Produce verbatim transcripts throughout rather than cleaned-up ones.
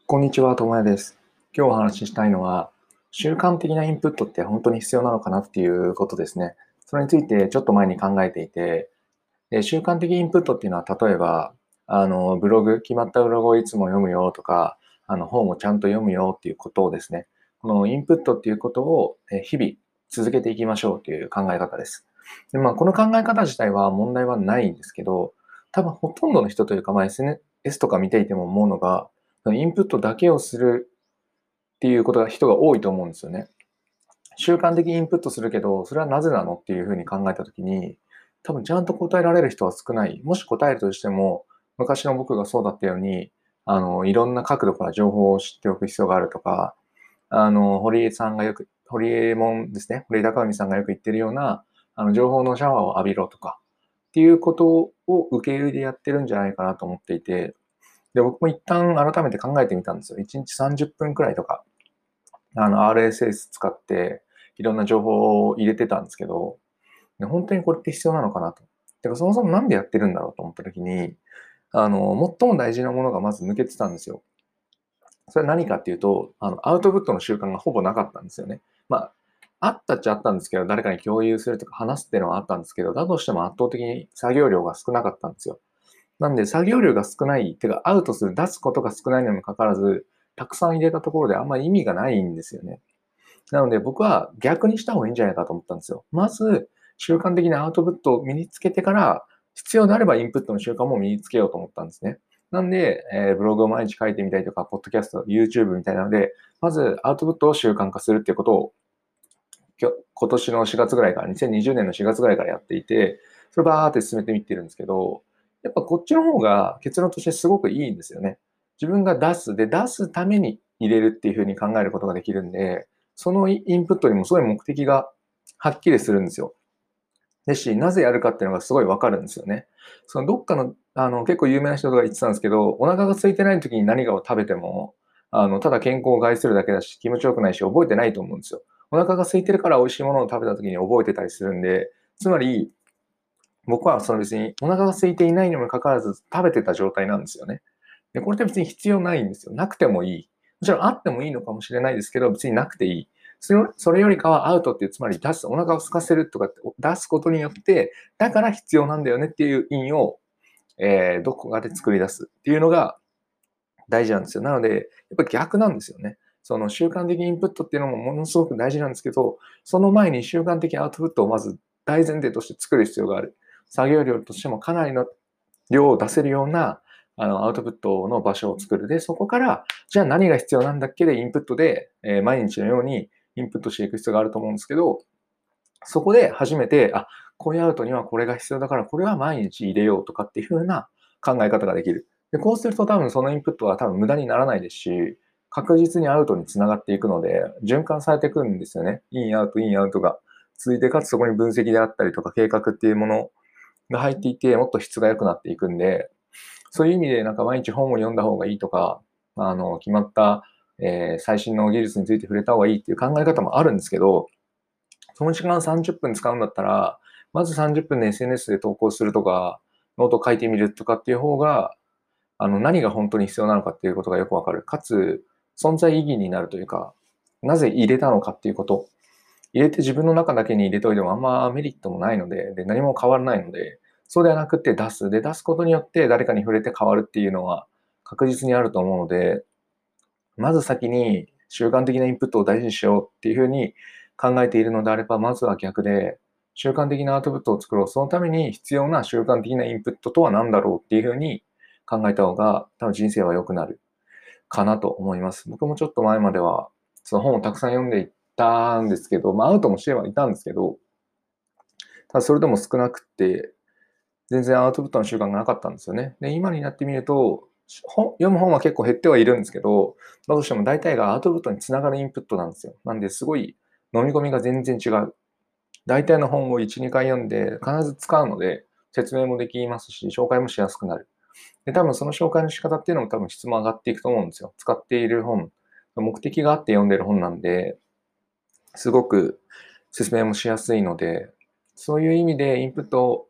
こんにちは、ともやです。今日お話ししたいのは、習慣的なインプットって本当に必要なのかなっていうことですね。それについてちょっと前に考えていて、で習慣的インプットっていうのは、例えば、あの、ブログ、決まったブログをいつも読むよとか、あの、本をちゃんと読むよっていうことをですね、このインプットっていうことをえ日々続けていきましょうという考え方です。で、まあ、この考え方自体は問題はないんですけど、多分ほとんどの人というか、まあ、エスエヌエス とか見ていても思うのが、インプットだけをするっていうことが人が多いと思うんですよね。習慣的にインプットするけど、それはなぜなのっていうふうに考えたときに、多分ちゃんと答えられる人は少ない。もし答えるとしても、昔の僕がそうだったように、あの、いろんな角度から情報を知っておく必要があるとか、あの、堀江さんがよく、堀江門ですね、堀江貴文さんがよく言ってるような、あの、情報のシャワーを浴びろとか、っていうことを受け入れでやってるんじゃないかなと思っていて、で、僕も一旦改めて考えてみたんですよ。いちにちさんじゅっぷんくらいとか、あの、アールエスエス 使って、いろんな情報を入れてたんですけど、本当にこれって必要なのかなと。てか、そもそもなんでやってるんだろうと思った時に、あの、最も大事なものがまず抜けてたんですよ。それは何かっていうと、あの、アウトプットの習慣がほぼなかったんですよね。まあ、あったっちゃあったんですけど、誰かに共有するとか話すっていうのはあったんですけど、だとしても圧倒的に作業量が少なかったんですよ。なんで、作業量が少ない、てか、アウトする、出すことが少ないにもかかわらず、たくさん入れたところであんまり意味がないんですよね。なので、僕は逆にした方がいいんじゃないかと思ったんですよ。まず、習慣的なアウトプットを身につけてから、必要であればインプットの習慣も身につけようと思ったんですね。なんで、えーブログを毎日書いてみたりとか、ポッドキャスト、YouTube みたいなので、まずアウトプットを習慣化するっていうことを、きょ今年のしがつぐらいから、にせんにじゅうねんのしがつぐらいからやっていて、それをバーって進めてみてるんですけど、やっぱこっちの方が結論としてすごくいいんですよね。自分が出す。で、出すために入れるっていうふうに考えることができるんで、そのインプットにもすごい目的がはっきりするんですよ。ですし、なぜやるかっていうのがすごいわかるんですよね。そのどっかの、あの、結構有名な人が言ってたんですけど、お腹が空いてない時に何かを食べても、あの、ただ健康を害するだけだし、気持ちよくないし、覚えてないと思うんですよ。お腹が空いてるから美味しいものを食べた時に覚えてたりするんで、つまり、僕はその別にお腹が空いていないにもかかわらず食べてた状態なんですよね。で、これって別に必要ないんですよ。なくてもいい。もちろんあってもいいのかもしれないですけど、別になくていい。それそれよりかはアウトっていう、つまり出す、お腹を空かせるとかって出すことによって、だから必要なんだよねっていう意味を、えー、どこかで作り出すっていうのが大事なんですよ。なので、やっぱり逆なんですよね。その習慣的インプットっていうのもものすごく大事なんですけど、その前に習慣的アウトプットをまず大前提として作る必要がある。作業量としてもかなりの量を出せるようなあのアウトプットの場所を作る。で、そこから、じゃあ何が必要なんだっけでインプットで、えー毎日のようにインプットしていく必要があると思うんですけど、そこで初めて、あ、こういうアウトにはこれが必要だから、これは毎日入れようとかっていう風な考え方ができる。で、こうすると多分そのインプットは多分無駄にならないですし、確実にアウトにつながっていくので、循環されていくんですよね。インアウト、インアウトが続いて、かつそこに分析であったりとか計画っていうものが入っていて、もっと質が良くなっていくんで、そういう意味でなんか毎日本を読んだ方がいいとか、あの、決まった、えー最新の技術について触れた方がいいっていう考え方もあるんですけど、その時間さんじゅっぷん使うんだったら、まずさんじゅっぷんで エスエヌエス で投稿するとか、ノート書いてみるとかっていう方が、あの、何が本当に必要なのかっていうことがよくわかる。かつ、存在意義になるというか、なぜ入れたのかっていうこと。入れて自分の中だけに入れといてもあんまメリットもないので、で、何も変わらないので、そうではなくて出す。で、出すことによって誰かに触れて変わるっていうのは確実にあると思うので、まず先に習慣的なインプットを大事にしようっていうふうに考えているのであれば、まずは逆で、習慣的なアウトプットを作ろう。そのために必要な習慣的なインプットとは何だろうっていうふうに考えた方が、多分人生は良くなるかなと思います。僕もちょっと前までは、その本をたくさん読んでいったんですけど、まあアウトもしてはいたんですけど、ただそれでも少なくて、全然アウトプットの習慣がなかったんですよね。で、今になってみると、本読む本は結構減ってはいるんですけど、だとしても大体がアウトプットにつながるインプットなんですよ。なんですごい飲み込みが全然違う。大体の本をいち、にかい読んで必ず使うので、説明もできますし、紹介もしやすくなる。で、多分その紹介の仕方っていうのも多分質も上がっていくと思うんですよ。使っている本、目的があって読んでる本なんで、すごく説明もしやすいので、そういう意味でインプット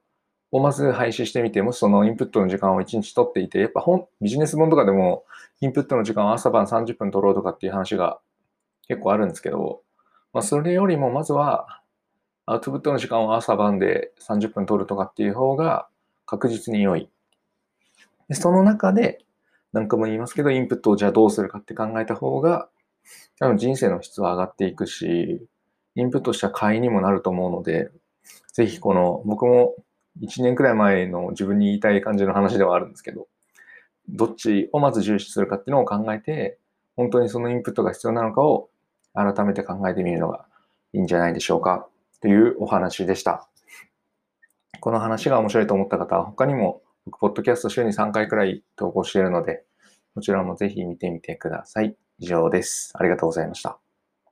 をまず廃止してみて、もしそのインプットの時間をいちにち取っていて、やっぱ本、ビジネス本とかでもインプットの時間を朝晩さんじゅっぷん取ろうとかっていう話が結構あるんですけど、まあ、それよりもまずはアウトプットの時間を朝晩でさんじゅっぷん取るとかっていう方が確実に良い。でその中で何回も言いますけど、インプットをじゃあどうするかって考えた方が、多分人生の質は上がっていくし、インプットした甲斐にもなると思うので、ぜひこの、僕もいちねんくらい前の自分に言いたい感じの話ではあるんですけど、どっちをまず重視するかっていうのを考えて、本当にそのインプットが必要なのかを改めて考えてみるのがいいんじゃないでしょうかというお話でした。この話が面白いと思った方は他にも僕、ポッドキャスト週にさんかいくらい投稿しているので、こちらもぜひ見てみてください。以上です。ありがとうございました。